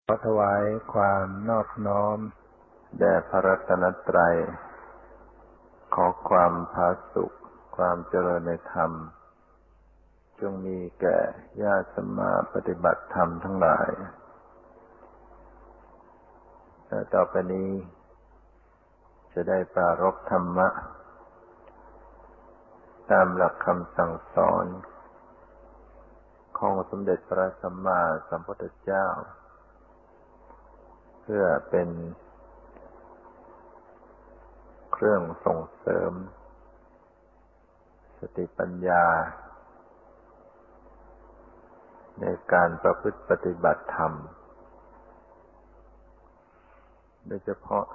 ขอถวายความนอบน้อมแด่พระรัตนตรัยขอความผาสุขความเจริญในธรรมจงมีแก่ญาติสัมมาปฏิบัติธรรมทั้งหลายต่อไปนี้จะได้ปรารภธรรมะตามหลักคำสั่งสอนของสมเด็จพระสัมมาสัมพุทธเจ้าเพื่อเป็นเครื่องส่งเสริมสติปัญญาในการประพฤติปฏิบัติธรรมโดยเฉพาะ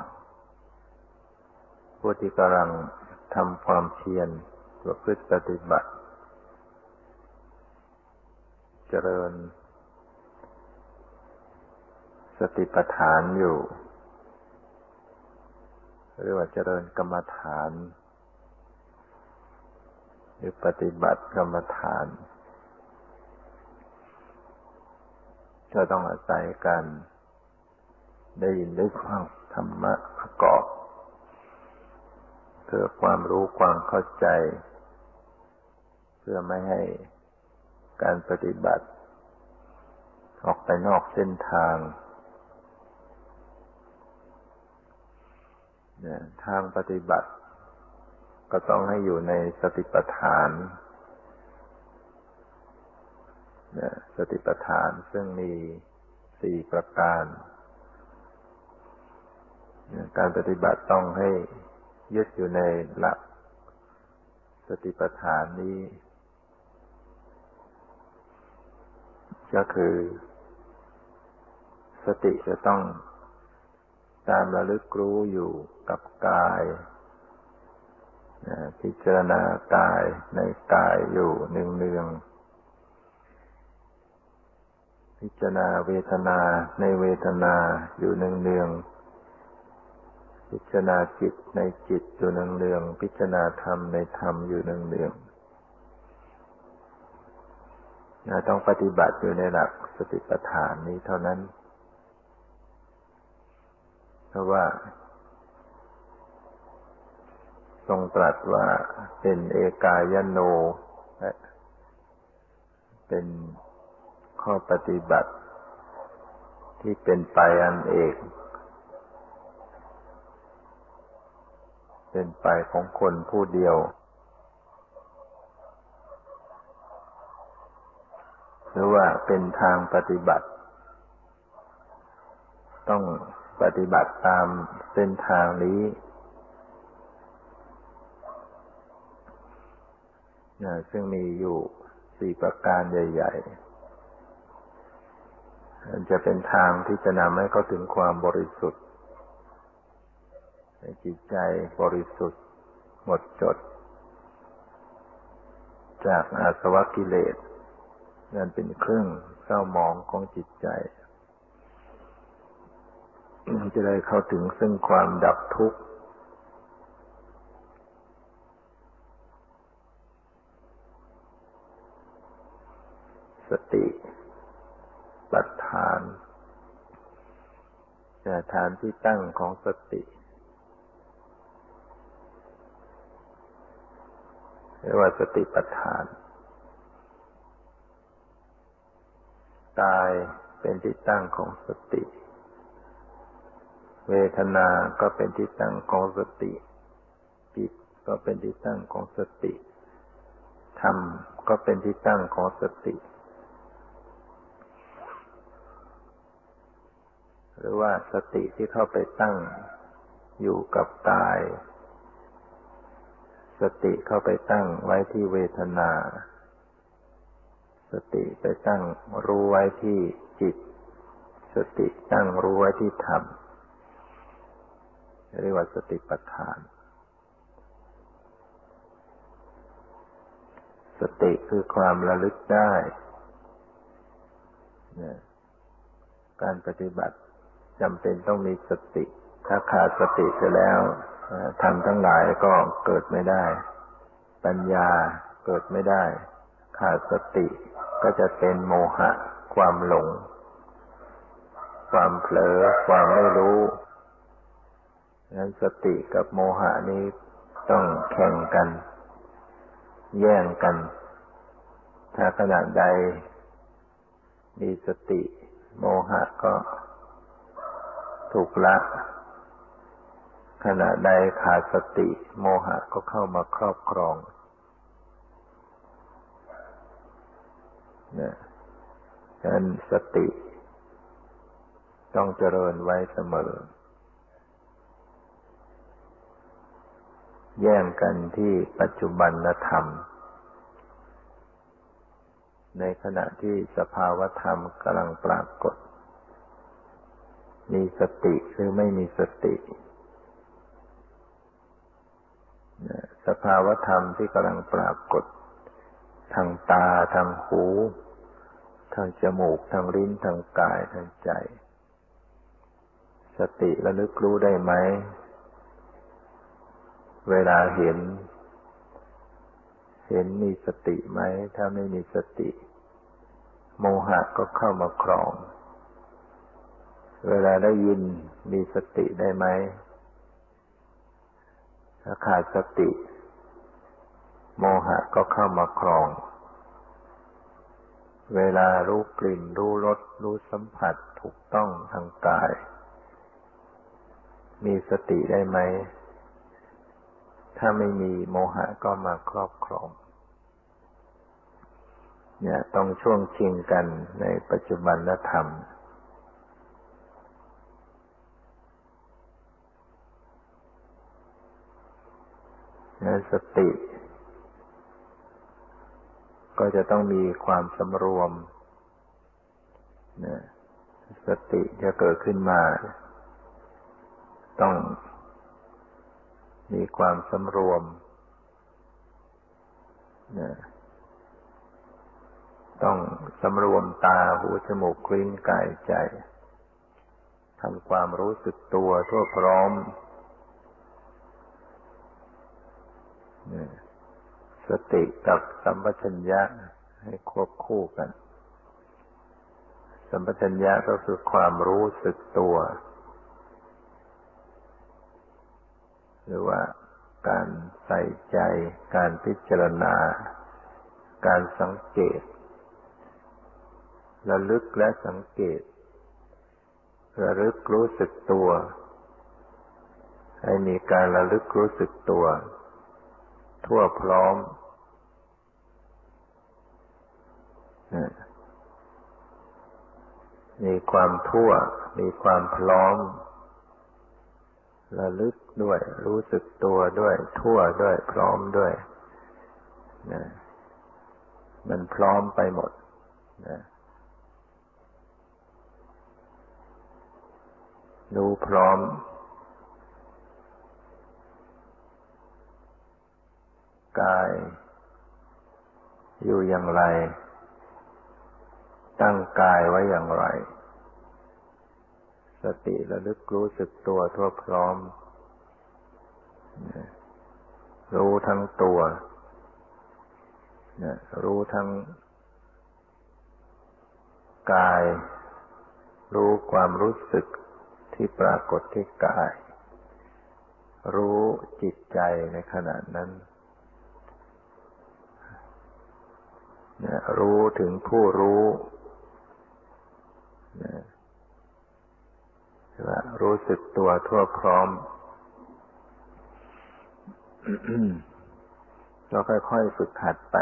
ผู้ที่กำลังทำความเพียรประพฤติปฏิบัติเจริญสติปัฏฐานอยู่หรือว่าเจริญกรรมฐานหรือปฏิบัติกรรมฐานก็ต้องอาศัยการได้ยินได้ฟังธรรมะประกอบเพื่อความรู้ความเข้าใจเพื่อไม่ให้การปฏิบัติออกไปนอกเส้นทางทางปฏิบัติก็ต้องให้อยู่ในสติปัฏฐานสติปัฏฐานซึ่งมี4ประการการปฏิบัติต้องให้ยึดอยู่ในหลักสติปัฏฐานนี้ก็คือสติจะต้องตามระลึกรู้อยู่กับกายพิจารณากายในกายอยู่เนืองๆพิจารณาเวทนาในเวทนาอยู่เนืองๆพิจารณาจิตในจิตอยู่เนืองๆพิจารณาธรรมในธรรมอยู่เนืองๆต้องปฏิบัติอยู่ในหลักสติปัฏฐานนี้เท่านั้นเพราะว่าทรงตรัสว่าเป็นเอกายโนเป็นข้อปฏิบัติที่เป็นไปอันเอกเป็นไปของคนผู้เดียวหรือว่าเป็นทางปฏิบัติต้องปฏิบัติตามเส้นทางนี้ซึ่งมีอยู่4ประการใหญ่ๆมันจะเป็นทางที่จะนำให้เข้าถึงความบริสุทธิ์ในจิตใจบริสุทธิ์หมดจดจากอาสวะกิเลสนั่นเป็นเครื่องเศร้าหมองของจิตใจจะได้เข้าถึงซึ่งความดับทุกข์สติปัฏฐานฐานที่ตั้งของสติเรียกว่าสติปัฏฐานกายเป็นที่ตั้งของสติเวทนาก็เป็นที่ตั้งของสติจิตก็เป็นที่ตั้งของสติธรรมก็เป็นที่ตั้งของสติหรือว่าสติที่เข้าไปตั้งอยู่กับกายสติเข้าไปตั้งไว้ที่เวทนาสติไปตั้งรู้ไว้ที่จิตสติตั้งรู้ไว้ที่ธรรมเรียกว่าสติปัฏฐานสติคือความระลึกได้การปฏิบัติจำเป็นต้องมีสติถ้าขาดสติไปแล้วธรรมทั้งหลายก็เกิดไม่ได้ปัญญาเกิดไม่ได้ขาดสติก็จะเป็นโมหะความหลงความเผลอความไม่รู้ฉะนั้นสติกับโมหะนี้ต้องแข่งกันแย่งกันถ้าขณะใดมีสติโมหะก็ถูกละขณะใดขาดสติโมหะก็เข้ามาครอบครองฉะนั้นสติต้องเจริญไว้เสมอแย่งกันที่ปัจจุบันธรรมในขณะที่สภาวธรรมกำลังปรากฏมีสติหรือไม่มีสติสภาวธรรมที่กำลังปรากฏทางตาทางหูทางจมูกทางลิ้นทางกายทางใจสติระลึกรู้ได้ไหมเวลาเห็นมีสติไหมถ้าไม่มีสติโมหะก็เข้ามาครองเวลาได้ยินมีสติได้ไหมถ้าขาดสติโมหะก็เข้ามาครองเวลารู้กลิ่นรู้รสรู้สัมผัสถูกต้องทางกายมีสติได้ไหมถ้าไม่มีโมหะก็มาครอบครองเนี่ยต้องช่วงชิงกันในปัจจุบันธรรมสติก็จะต้องมีความสำรวมสติจะเกิดขึ้นมาต้องมีความสำรวมต้องสำรวมตาหูจมูกลิ้นกายใจทำความรู้สึกตัวทั่วพร้อมสติกับสัมปชัญญะให้ควบคู่กันสัมปชัญญะก็คือความรู้สึกตัวหรือว่าการใส่ใจการพิจารณาการสังเกตระลึกและสังเกตระลึกรู้สึกตัวให้มีการระลึกรู้สึกตัวทั่วพร้อมมีความทั่วมีความพร้อมระลึกด้วยรู้สึกตัวด้วยทั่วด้วยพร้อมด้วยมันพร้อมไปหมดรู้พร้อมกายอยู่อย่างไรตั้งกายไว้อย่างไรสติระลึกรู้สึกตัวทั่วพร้อมรู้ทั้งตัวรู้ทั้งกายรู้ความรู้สึกที่ปรากฏที่กายรู้จิตใจในขณะนั้นรู้ถึงผู้รู้รู้สึกตัวทั่วพร้อมเราค่อยๆฝึกหัดไป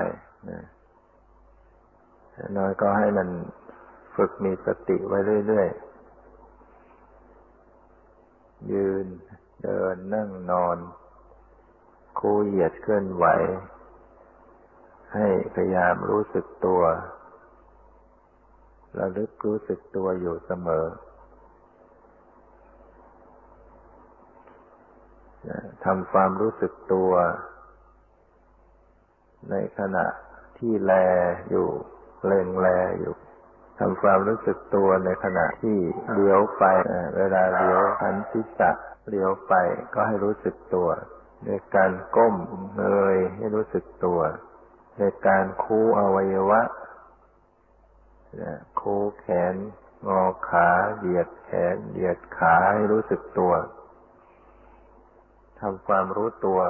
น้อยก็ให้มันฝึกมีสติไว้เรื่อยๆยืนเดินนั่งนอนคู่เหยียดเคลื่อนไหวให้พยายามรู้สึกตัวระลึกรู้สึกตัวอยู่เสมอทำความรู้สึกตัวในขณะที่แลอยู่เล็งแลอยู่ทำความรู้สึกตัวในขณะที่เลี้ยวไปเวลาเลี้ยวหันศีรษะเลี้ยวไปก็ให้รู้สึกตัวในการก้มเงยให้รู้สึกตัวในการคู้อวัยวะคู้แขนงอขาเหยียดแขนเหยียดขาให้รู้สึกตัวทำความรู้ตัว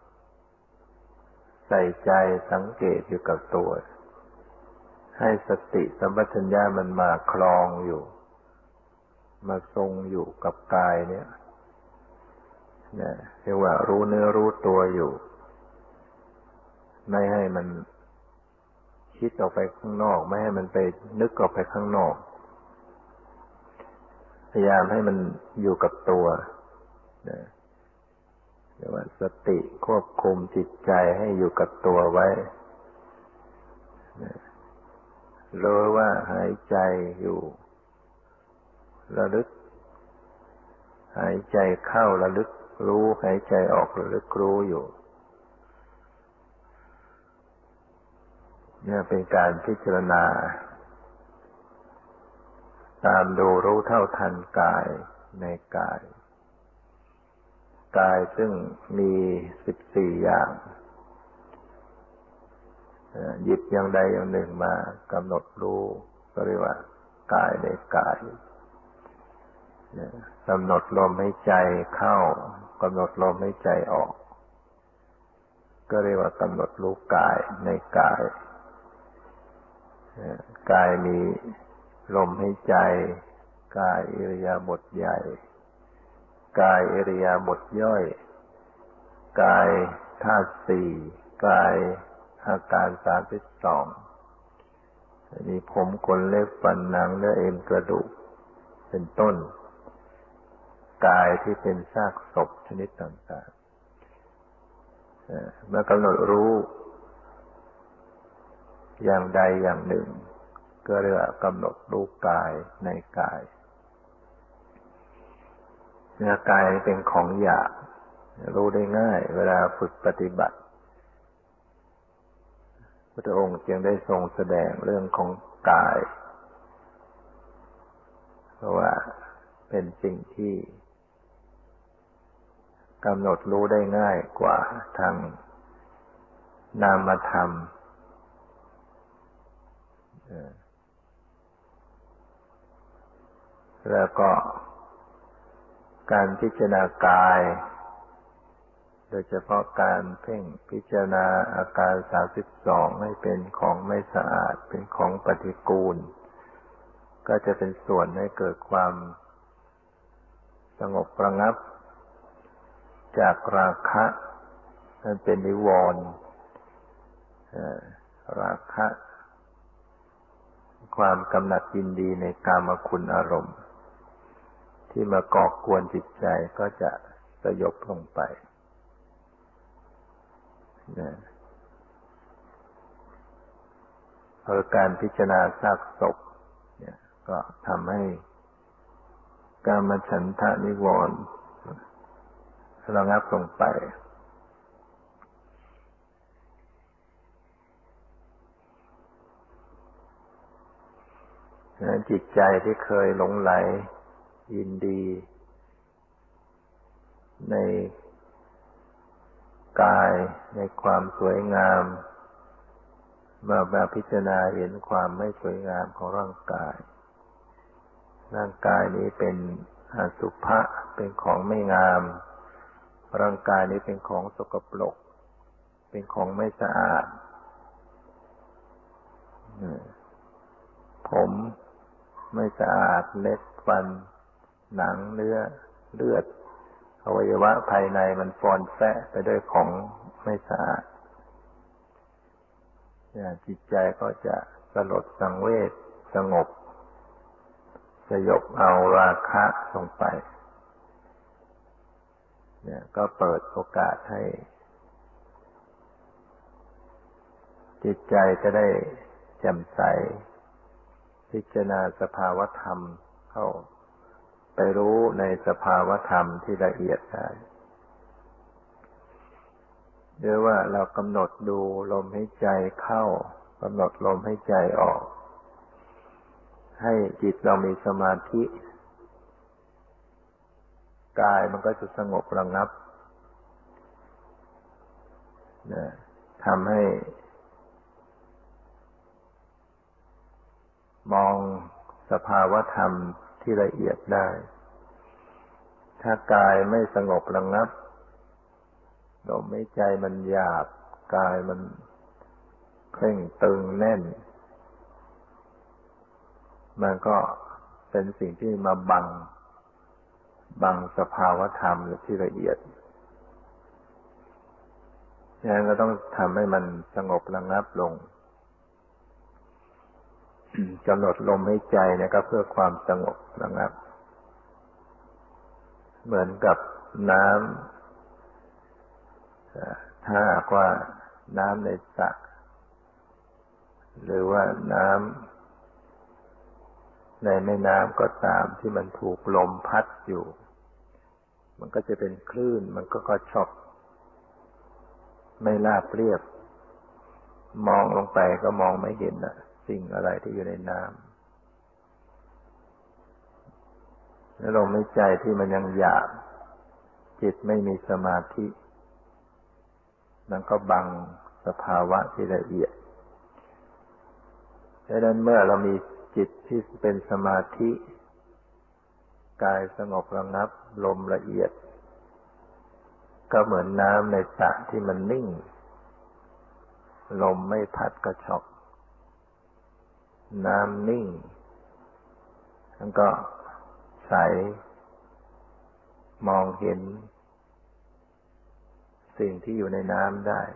ใส่ใจสังเกตอยู่กับตัวให้สติสัมปชัญญะมันมาคลองอยู่มาทรงอยู่กับกายเนี่ยเรียกว่ารู้เนื้อรู้ตัวอยู่ไม่ให้มันคิดออกไปข้างนอกไม่ให้มันไปนึกออกไปข้างนอกพยายามให้มันอยู่กับตัวเรียกว่าสติควบคุมจิตใจให้อยู่กับตัวไว้รู้ว่าหายใจอยู่ระลึกหายใจเข้าระลึกรู้หายใจออกระลึกรู้อยู่เนี่ยเป็นการพิจารณาตามดูรู้เท่าทันกายในกายกายซึ่งมี14อย่างหยิบอย่างใดอย่างหนึ่งมากำหนดรู้ก็เรียกว่ากายในกายกำหนดลมหายใจเข้ากำหนดลมหายใจออกก็เรียกว่ากำหนดรู้กายในกายกายมีลมหายใจกายอิริยาบถใหญ่กายอิริยาบถย่อยกายธาตุสี่กายอาการ32มีผมขนเล็บฟันหนังเนื้อเอ็นกระดูกเป็นต้นกายที่เป็นซากศพชนิดต่างๆเมื่อกำหนดรู้อย่างใดอย่างหนึ่งก็เรียกว่ากำหนดรู้กายในกายเนื้อกายเป็นของหยาบรู้ได้ง่ายเวลาฝึกปฏิบัติพระองค์จึงได้ทรงแสดงเรื่องของกายเพราะว่าเป็นสิ่งที่กำหนดรู้ได้ง่ายกว่าทางนามธรรมแล้วก็การพิจารณากายโดยเฉพาะการเพ่งพิจารณาอาการ32ให้เป็นของไม่สะอาดเป็นของปฏิกูลก็จะเป็นส่วนให้เกิดความสงบระงับจากราคะนั่นเป็นนิวรณ์ราคะความกำหนัดยินดีในกามคุณอารมณ์ที่มาก่อกวนจิตใจก็จะสยบลงไปเพราะการพิจารณาซากศพเนี่ยก็ทำให้กามฉันทะนิวรณ์ระงับลงไปจิตใจที่เคยหลงไหลยินดีในกายในความสวยงามมาพิจารณาเห็นความไม่สวยงามของร่างกายร่างกายนี้เป็นอสุภะเป็นของไม่งามร่างกายนี้เป็นของสกปรกเป็นของไม่สะอาดผมไม่สะอาดเล็บฟันหนังเนื้อเลือดอวัยวะภายในมันฟอนแฟะไปด้วยของไม่สะอาดจิตใจก็จะสลดสังเวชสงบสยบเอาราคะลงไปเนี่ยก็เปิดโอกาสให้จิตใจจะได้แจ่มใสพิจารณาสภาวธรรมเข้าไปรู้ในสภาวธรรมที่ละเอียดได้หรือว่าเรากำหนดดูลมหายใจเข้ากำหนดลมหายใจออกให้จิตเรามีสมาธิกายมันก็จะสงบระงับทำให้มองสภาวะธรรมที่ละเอียดได้ถ้ากายไม่สงบระงับลมหายใจมันหยาบกายมันเคร่งตึงแน่นมันก็เป็นสิ่งที่มาบังสภาวะธรรมที่ละเอียดฉะนั้นก็ต้องทำให้มันสงบระงับลงกำหนดลมหายใจเนี่ยก็เพื่อความสงบระงับเหมือนกับน้ำถ้าหากว่าน้ำในสระหรือว่าน้ำในแม่น้ำก็ตามที่มันถูกลมพัดอยู่มันก็จะเป็นคลื่นมันก็กระชอกไม่ราบเรียบมองลงไปก็มองไม่เห็นสิ่งอะไรที่อยู่ในน้ำแล้วลมหายใจที่มันยังหยาบจิตไม่มีสมาธิมันก็บังสภาวะที่ละเอียดดังนั้นเมื่อเรามีจิตที่เป็นสมาธิกายสงบระงับลมละเอียดก็เหมือนน้ำในสระที่มันนิ่งลมไม่พัดกระชอกน้ำนิ่งมันก็ใสมองเห็นสิ่งที่อยู่ในน้ำได้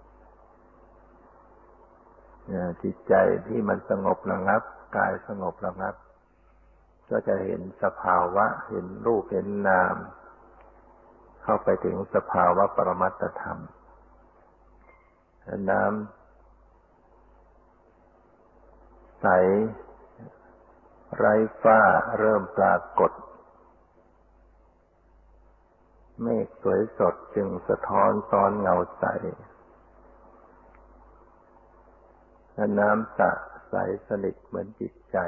จิตใจที่มันสงบระงับกายสงบระงับก็จะเห็นสภาวะเห็นรูปเห็นนามเข้าไปถึงสภาวะปรมัตถธรรมน้ำใสไร้ฝ้าเริ่มปรากฏเมฆสวยสดจึงสะท้อนซ้อนเงาใสน้ำสระใสสนิทเหมือนจิตใจ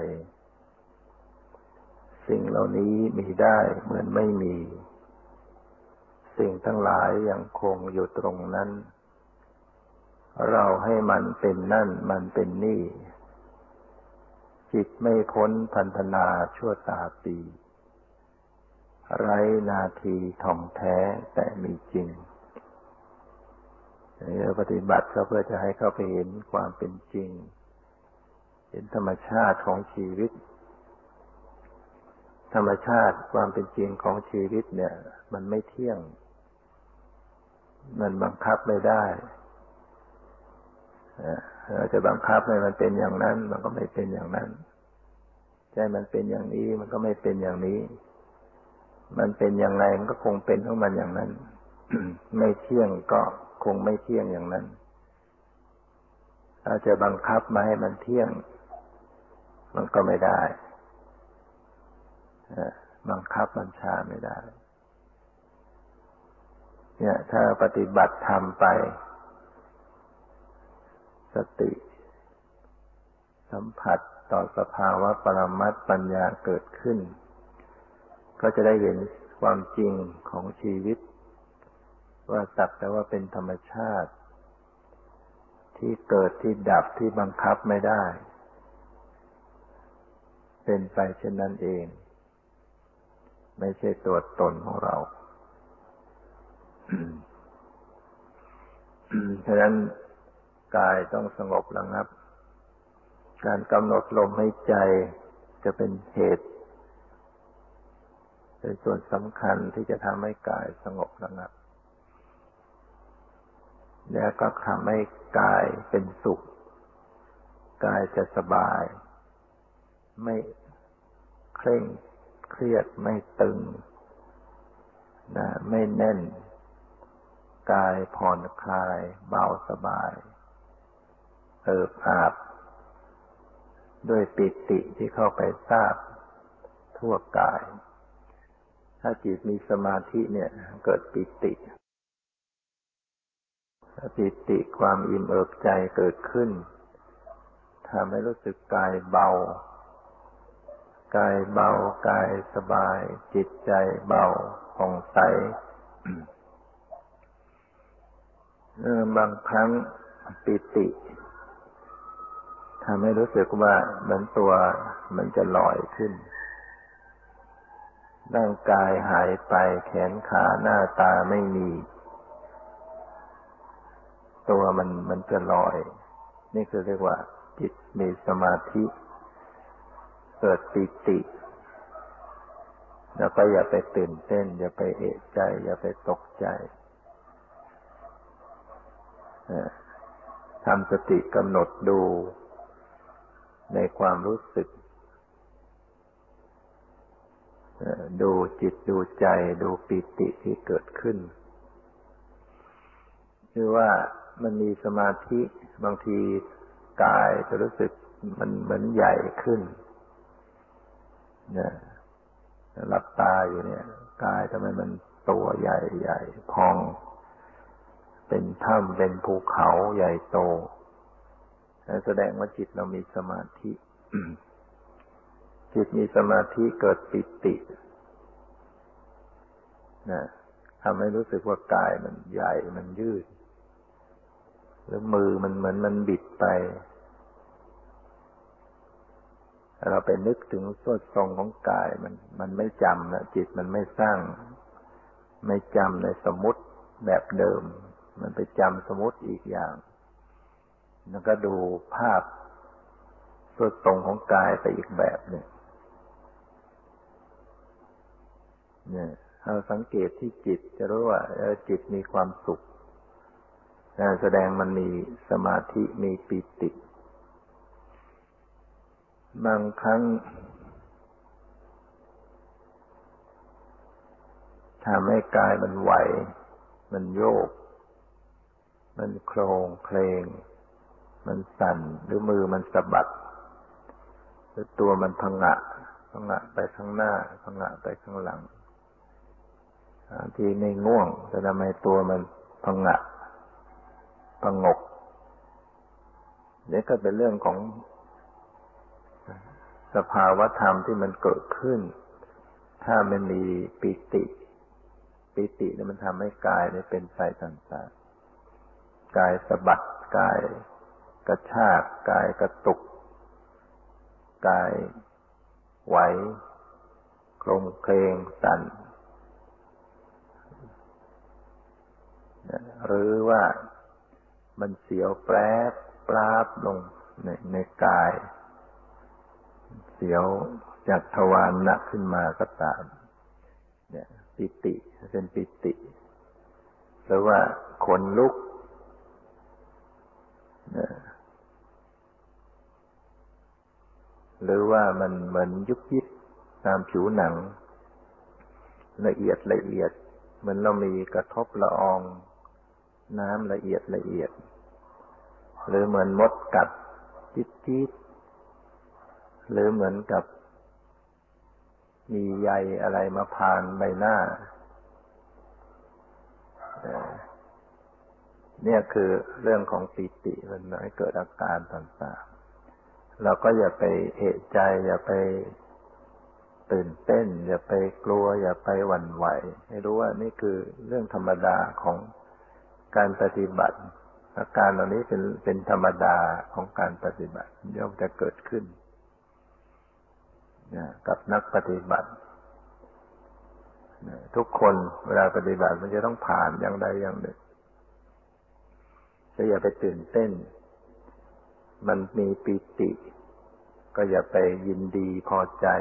สิ่งเหล่านี้มีได้เหมือนไม่มีสิ่งทั้งหลายยังคงอยู่ตรงนั้นเราให้มันเป็นนั่นมันเป็นนี่จิตไม่พ้นพันธนาชั่วตาปีไร้นาทีท่องแท้แต่มีจริงเราปฏิบัติก็เพื่อจะให้เข้าไปเห็นความเป็นจริงเห็นธรรมชาติของชีวิตธรรมชาติความเป็นจริงของชีวิตเนี่ยมันไม่เที่ยงมันบังคับไม่ได้เราจะบังคับให้มันเป็นอย่างนั้นมันก็ไม่เป็นอย่างนั้นใจมันเป็นอย่างนี้มันก็ไม่เป็นอย่างนี้มันเป็นอย่างไรมันก็คงเป็นของมันอย่างนั้น ไม่เที่ยงก็คงไม่เที่ยงอย่างนั้นถ้าจะบังคับมาให้มันเที่ยงมันก็ไม่ได้บังคับบัญชาไม่ได้เนี่ยถ้าปฏิบัติธรรมไปสติสัมผัสต่อสภาวะปรมัตถ์ปัญญาเกิดขึ้นก็จะได้เห็นความจริงของชีวิตว่าสักแต่ว่าเป็นธรรมชาติที่เกิดที่ดับที่บังคับไม่ได้เป็นไปเช่นนั้นเองไม่ใช่ตัวตนของเรา ฉะนั้นกายต้องสงบระงับการกำหนดลมหายใจจะเป็นเหตุเป็นส่วนสำคัญที่จะทำให้กายสงบระงับแล้วก็ทำให้กายเป็นสุขกายจะสบายไม่เคร่งเครียดไม่ตึงไม่แน่นกายผ่อนคลายเบาสบายเอิบอาบด้วยปิติที่เข้าไปทราบทั่วกายถ้าจิตมีสมาธิเนี่ยเกิดปิติปิติความอิ่มเอิบใจเกิดขึ้นทำให้รู้สึกกายเบากายสบายจิตใจเบาผ่องใสบางครั้งปิติทำให้รู้สึกว่าเหมือนตัวมันจะลอยขึ้นร่างกายหายไปแขนขาหน้าตาไม่มีตัวมันจะลอยนี่คือเรียกว่าจิตมีสมาธิเกิดปิติแล้วก็อย่าไปตื่นเต้นอย่าไปเอะใจอย่าไปตกใจทำสติกำหนดดูในความรู้สึกดูจิตดูใจดูปิติที่เกิดขึ้นคือว่ามันมีสมาธิบางทีกายจะรู้สึกมันเหมือนใหญ่ขึ้นเนี่ยหลับตาอยู่เนี่ยกายทำไมมันตัวใหญ่ใหญ่พองเป็นถ้ำเป็นภูเขาใหญ่โตแสดงว่าจิตเรามีสมาธิ จิตมีสมาธิเกิดปิตินะทำให้รู้สึกว่ากายมันใหญ่มันยืดหรือมือมันเหมือนมันบิดไปเราไปนึกถึงสวดทรงของกายมันไม่จำนะจิตมันไม่สร้างไม่จำในสมมุติแบบเดิมมันไปจำสมมุติอีกอย่างแล้วก็ดูภาพสวดทรงของกายไปอีกแบบหนึ่งเนี่ยเราสังเกตที่จิตจะรู้ว่าจิตมีความสุขแสดงมันมีสมาธิมีปิติบางครั้งทำให้กายมันไหวมันโยกมันโครงเคลงมันสั่นหรือมือมันสะบัดหรือตัวมันผงะไปข้างหน้าผงะไปข้างหลังทีไม่ง่วงแต่ทำไมตัวมันผงะผงกนี่ก็เป็นเรื่องของสภาวธรรมที่มันเกิดขึ้นถ้ามันมีปิติเนี่ยมันทำให้กายเนี่ยเป็นไปต่างๆกายสะบัดกายกระชากกายกระตุกกายไหวโครงเคลงสั่นหรือว่ามันเสียวแปรบปราบลงในกายเสียวจากทวารหนักขึ้นมาก็ตามเนี่ยปิติเป็นปิติหรือว่าขนลุกหรือว่ามันเหมือนยุบยิบตามผิวหนังละเอียดเหมือนเรามีกระทบละอองน้ำละเอียดหรือเหมือนมดกัดจี๊ดหรือเหมือนกับมีใยอะไรมาพานใบหน้าเนี่ยคือเรื่องของปิติมันให้เกิดอาการต่างๆเราก็อย่าไปเอะใจอย่าไปตื่นเต้นอย่าไปกลัวอย่าไปหวั่นไหวให้รู้ว่านี่คือเรื่องธรรมดาของการปฏิบัติอาการเหล่านี้เป็นธรรมดาของการปฏิบัติย่อมจะเกิดขึ้นกับนักปฏิบัติทุกคนเวลาปฏิบัติมันจะต้องผ่านอย่างใดอย่างหนึ่งแต่อย่าไปตื่นเต้นมันมีปิติก็อย่าไปยินดีพอใจ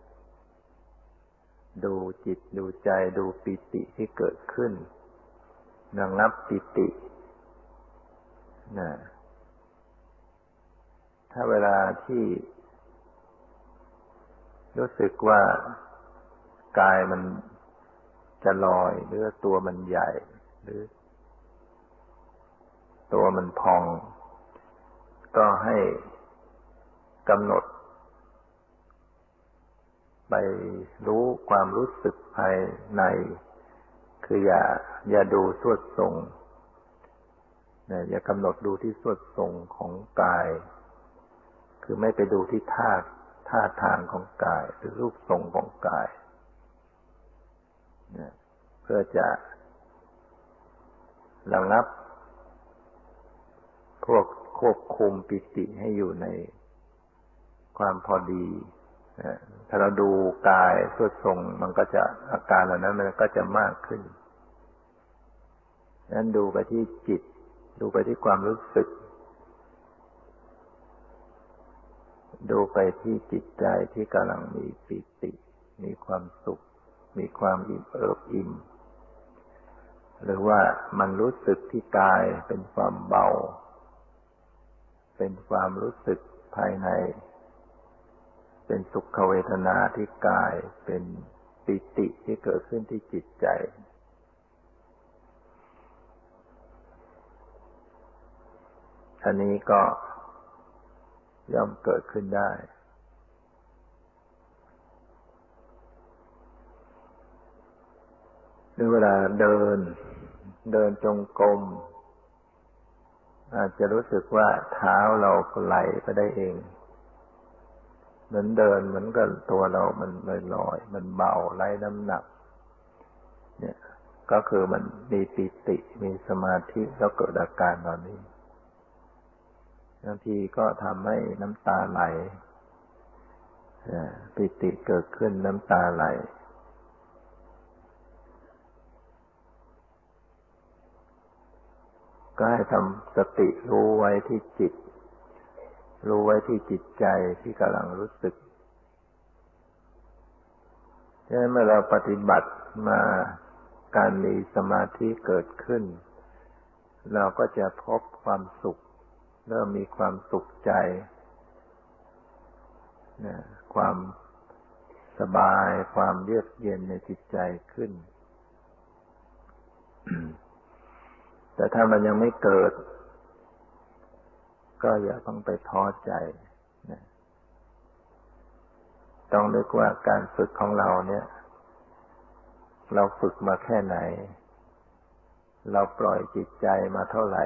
ดูจิตดูใจดูปิติที่เกิดขึ้นระงับปิติถ้าเวลาที่รู้สึกว่ากายมันจะลอยหรือตัวมันใหญ่หรือตัวมันพองก็ให้กำหนดไปรู้ความรู้สึกภายในคืออย่าดูสวดทรงอย่ากำหนดดูที่สวดทรงของกายคือไม่ไปดูที่ท่าทางของกายหรือรูปทรงของกายเพื่อจะระงับพวกควบคุมปิติให้อยู่ในความพอดีถ้าเราดูกายสุดทรงมันก็จะอาการเหล่านั้นมันก็จะมากขึ้นนั้นดูไปที่จิตดูไปที่ความรู้สึกดูไปที่จิตใจที่กำลังมีปิติมีความสุขมีความอิ่มเอิบอิ่มหรือว่ามันรู้สึกที่กายเป็นความเบาเป็นความรู้สึกภายในเป็นสุขเวทนาที่กายเป็นปิติที่เกิดขึ้นที่จิตใจอันนี้ก็ย่อมเกิดขึ้นได้หรือเวลาเดินจงกรมอาจจะรู้สึกว่าเท้าเราไหลไปได้เองเหมือนเดินเหมือนกับตัวเรามันลอยมันเบาไร้น้ำหนักเนี่ยก็คือมันมีปิติมีสมาธิแล้วเกิดอาการเหล่านี้บางทีก็ทำให้น้ำตาไหลปิติเกิดขึ้นน้ำตาไหลก็ให้ทำสติรู้ไว้ที่จิตรู้ไว้ที่จิตใจที่กำลังรู้สึกฉะนั้นเมื่อเราปฏิบัติมาการมีสมาธิเกิดขึ้นเราก็จะพบความสุขเริ่มมีความสุขใจความสบายความเยือกเย็นในจิตใจขึ้น แต่ถ้ามันยังไม่เกิดก็อย่าต้องไปท้อใจต้องนึกว่าการฝึกของเราเนี่ยเราฝึกมาแค่ไหนเราปล่อยจิตใจมาเท่าไหร่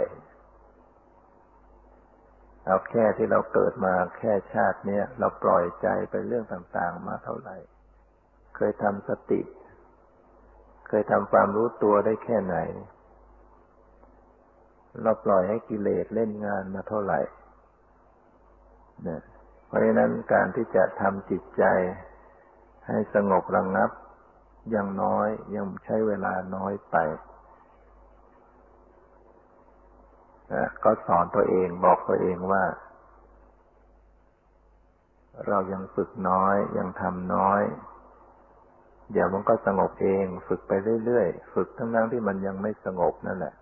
เอาแค่ที่เราเกิดมาแค่ชาติเนี้ยเราปล่อยใจไปเรื่องต่างๆมาเท่าไหร่เคยทำสติเคยทำความรู้ตัวได้แค่ไหนเราปล่อยให้กิเลสเล่นงานมาเท่าไหร่เนี่ยเพราะฉะนั้นการที่จะทำจิตใจให้สงบระงับยังน้อยยังใช้เวลาน้อยไปก็สอนตัวเองบอกตัวเองว่าเรายังฝึกน้อยยังทำน้อยเดี๋ยวมันก็สงบเองฝึกไปเรื่อยๆฝึกทั้งๆที่มันยังไม่สงบนั่นแหละ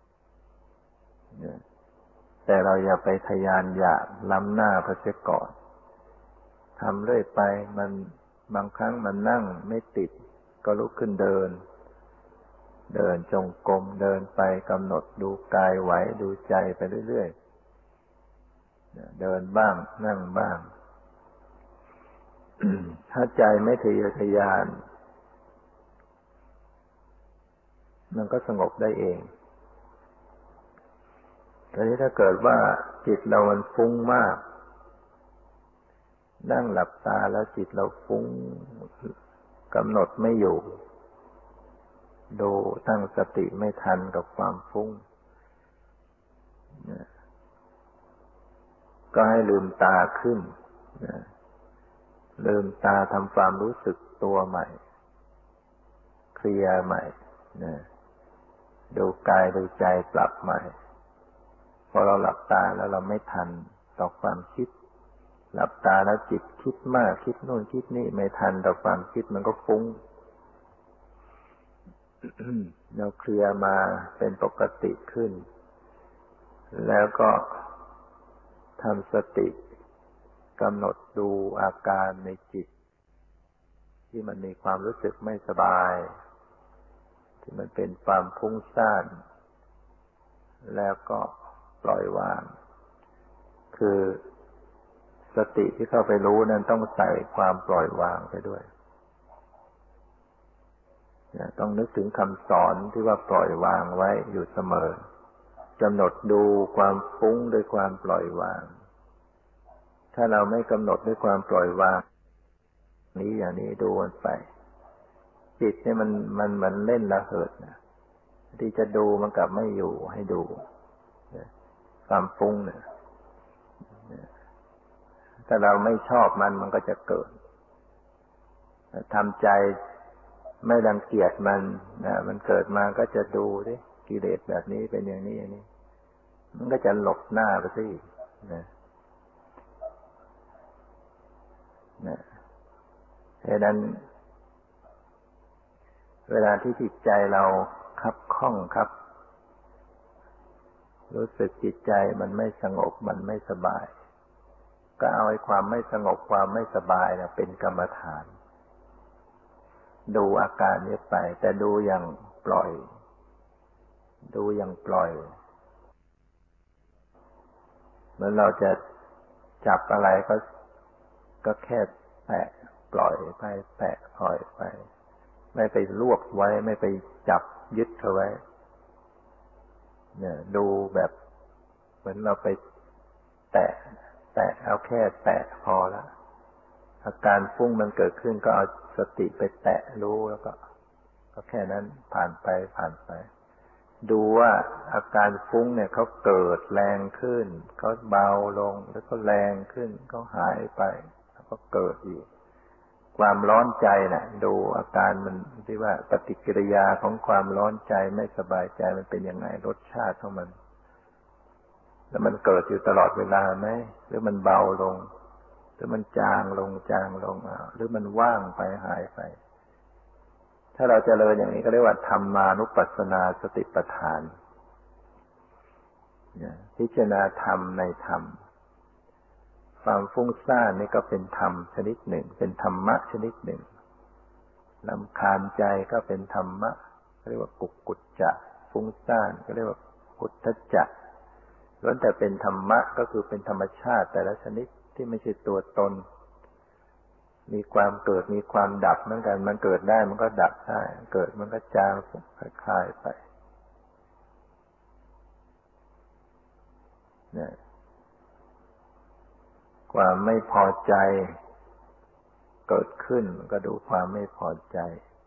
แต่เราอย่าไปทะยานอยากล้ำหน้าพระเจ้าก่อนทำเรื่อยไปมันบางครั้งมันนั่งไม่ติดก็ลุกขึ้นเดินจงกรมเดินไปกำหนดดูกายไหวดูใจไปเรื่อยๆเดินบ้างนั่งบ้าง ถ้าใจไม่ทะเยอทะยานมันก็สงบได้เองทีนี้ถ้าเกิดว่าจิตเรามันฟุ้งมากนั่งหลับตาแล้วจิตเราฟุ้งกำหนดไม่อยู่ดูตั้งสติไม่ทันกับความฟุ้งก็ให้ลืมตาขึ้นลืมตาทำความรู้สึกตัวใหม่เคลียร์ใหม่ดูกายดูใจปรับใหม่พอเราหลับตาแล้วเราไม่ทันต่อความคิดหลับตาแล้วจิตคิดมากคิดโน่นคิดนี่ไม่ทันต่อความคิดมันก็ฟุ้ง เราเคลียร์มาเป็นปกติขึ้นแล้วก็ทำสติกำหนดดูอาการในจิตที่มันมีความรู้สึกไม่สบายที่มันเป็นความฟุ้งซ่านแล้วก็ปล่อยวางคือสติที่เข้าไปรู้นั้นต้องใส่ความปล่อยวางไปด้วยต้องนึกถึงคำสอนที่ว่าปล่อยวางไว้อยู่เสมอกำหนดดูความฟุ้งด้วยความปล่อยวางถ้าเราไม่กำหนดด้วยความปล่อยวางนี้อย่างนี้ดูมันไปจิตเนี่ยมันเล่นระเหิดนะที่จะดูมันกลับไม่อยู่ให้ดูความฟุ้งเนี่ยถ้าเราไม่ชอบมันก็จะเกิดทำใจไม่รังเกียจมันเกิดมาก็จะดูดิกิเลสแบบนี้เป็นอย่างนี้อย่างนี้มันก็จะหลบหน้าไปซะอีกนะเพราะนั้นเวลาที่จิตใจเราคับข้องครับรู้สึกจิตใจมันไม่สงบมันไม่สบายก็เอาไอ้ความไม่สงบความไม่สบายนะเป็นกรรมฐานดูอาการนี้ไปแต่ดูอย่างปล่อยเหมือนเราจะจับอะไรก็แค่แตะปล่อยไปแตะปล่อยไปไม่ไปรวบไว้ไม่ไปจับยึดเขาไว้เนี่ยดูแบบเหมือนเราไปแตะเอาแค่แตะพอละอาการฟุ้งมันเกิดขึ้นก็เอาสติไปแตะรู้แล้วก็แค่นั้นผ่านไปดูว่าอาการฟุ้งเนี่ยเขาเกิดแรงขึ้นเขาเบาลงแล้วก็แรงขึ้นเขาหายไปแล้วก็เกิดอีกความร้อนใจน่ะดูอาการมันที่ว่าปฏิกิริยาของความร้อนใจไม่สบายใจมันเป็นยังไงรสชาติของมันแล้วมันเกิดอยู่ตลอดเวลาไหมหรือมันเบาลงหรือมันจางลงหรือมันว่างไปหายไปถ้าเราเจริญอย่างนี้ก็เรียกว่าธรรมานุปัสสนาสติปัฏฐานพิจารณาธรรมในธรรมความฟุ้งซ่านนี่ก็เป็นธรรมชนิดหนึ่งเป็นธรรมะชนิดหนึ่งรำคาญใจก็เป็นธรรมะเรียกว่ากุจจะฟุ้งซ่านก็เรียกว่ากุฏทจะล้วนแต่เป็นธรรมะก็คือเป็นธรรมชาติแต่ละชนิดที่ไม่ใช่ตัวตนมีความเกิดมีความดับเหมือนกันมันเกิดได้มันก็ดับได้เกิดมันก็จางคลายไปเนี่ยความไม่พอใจเกิดขึ้นก็ดูความไม่พอใจ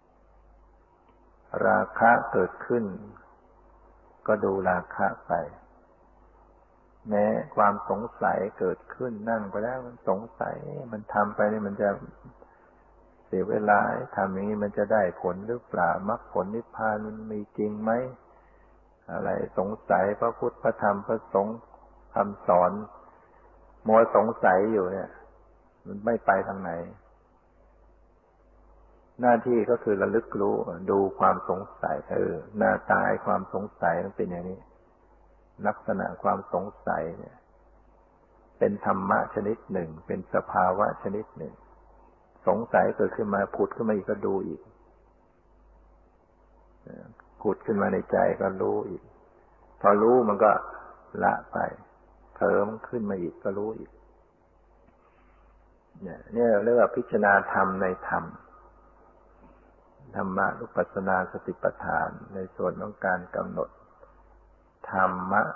ราคะเกิดขึ้นก็ดูราคะไปแม้ความสงสัยเกิดขึ้นนั่งไปแล้วมันสงสัยมันทำไปนี่มันจะเสียเวลาทำอย่างนี้มันจะได้ผลหรือเปล่ามรรคผลนิพพานมันมีจริงไหมอะไรสงสัยพระพุทธพระธรรมพระสงฆ์คำสอนมัวสงสัยอยู่เนี่ยมันไม่ไปทางไหนหน้าที่ก็คือระลึกรู้ดูความสงสัยหน้าตาความสงสัยมันเป็นอย่างนี้ลักษณะความสงสัยเนี่ยเป็นธรรมะชนิดหนึ่งเป็นสภาวะชนิดหนึ่งสงสัยเกิดขึ้นมาผุดขึ้นมาอีกก็ดูอีกผุดขึ้นมาในใจก็รู้อีกพอรู้มันก็ละไปเผลอมันขึ้นมาอีกก็รู้อีกเนี่ยเรียกว่าพิจารณาธรรมในธรรมธรรมะนุปัสสนาสติปัฏฐานในส่วนของการกำหนดธรรมะ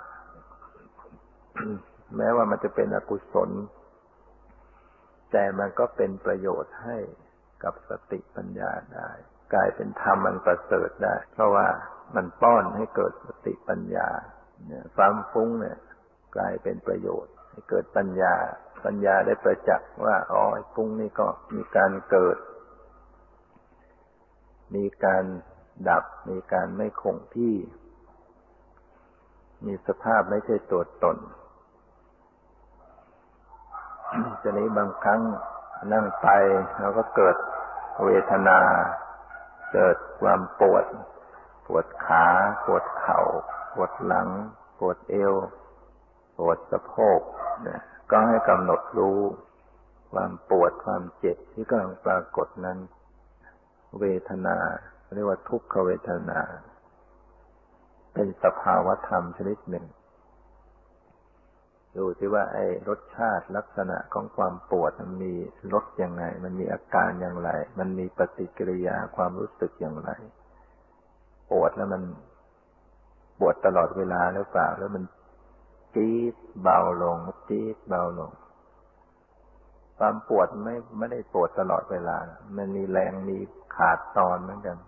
แม้ว่ามันจะเป็นอกุศลแต่มันก็เป็นประโยชน์ให้กับสติปัญญาได้กลายเป็นธรรมมันประเสริฐได้เพราะว่ามันป้อนให้เกิดสติปัญญาความฟุ้งเนี่ยกลายเป็นประโยชน์ให้เกิดปัญญาได้ประจักษ์ว่าอ๋อฟุ้งนี่ก็มีการเกิดมีการดับมีการไม่คงที่มีสภาพไม่ใช่ตัวตนทีนี้บางครั้งนั่งไปเราก็เกิดเวทนาเกิดความปวดขาปวดเข่าปวดหลังปวดเอวปวดสะโพกก็ให้กำหนดรู้ความปวดความเจ็บที่กำลังปรากฏนั้นเวทนาเรียกว่าทุกขเวทนาเป็นสภาวธรรมชนิดหนึ่งดูที่ว่าไอ้รสชาติลักษณะของความปวดมันมีรสยังไงมันมีอาการอย่างไรมันมีปฏิกิริยาความรู้สึกอย่างไรปวดแล้วมันปวดตลอดเวลาหรือเปล่าแล้วมันจี๊ดเบาลงจี๊ดเบาลงความปวดไม่ได้ปวดตลอดเวลามันมีแรงมีขาดตอนเหมือนกัน